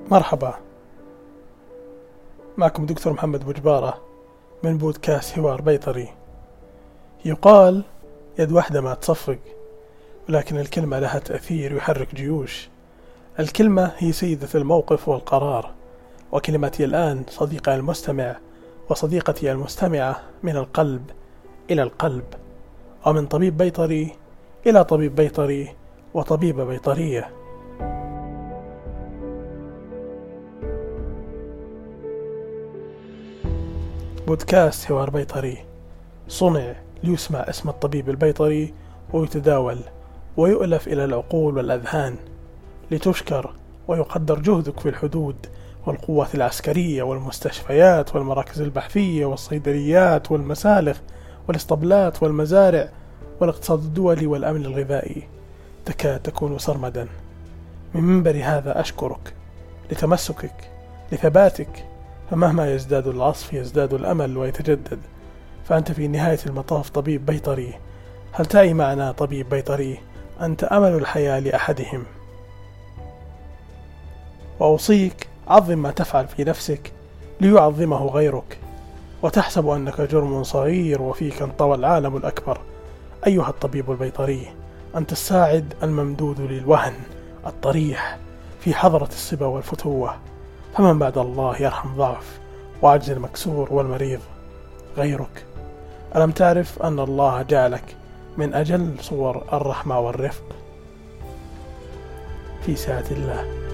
مرحبا، معكم دكتور محمد بوجبارة من بودكاست حوار بيطري. يقال يد واحدة ما تصفق، ولكن الكلمة لها تأثير يحرك جيوش. الكلمة هي سيدة الموقف والقرار، وكلمتي الآن صديقي المستمع وصديقتي المستمعة من القلب إلى القلب، ومن طبيب بيطري إلى طبيب بيطري وطبيبة بيطرية. بودكاست حوار بيطري صنع ليسمع اسم الطبيب البيطري ويتداول ويؤلف إلى العقول والأذهان، لتشكر ويقدر جهدك في الحدود والقوات العسكرية والمستشفيات والمراكز البحثية والصيدليات والمسالخ والاسطبلات والمزارع والاقتصاد الدولي والأمن الغذائي. تكاد تكون سرمدا. من منبر هذا أشكرك لتمسكك، لثباتك، فمهما يزداد العصف يزداد الأمل ويتجدد. فأنت في نهاية المطاف طبيب بيطري. هل تعي معنا طبيب بيطري؟ أنت أمل الحياة لأحدهم. وأوصيك عظم ما تفعل في نفسك ليعظمه غيرك، وتحسب أنك جرم صغير وفيك انطوى العالم الأكبر. أيها الطبيب البيطري، أنت الساعد الممدود للوهن الطريح في حضرة الصبا والفتوة. فمن بعد الله يرحم ضعف وعجز المكسور والمريض غيرك. ألم تعرف أن الله جعلك من أجل صور الرحمة والرفق؟ في سعة الله.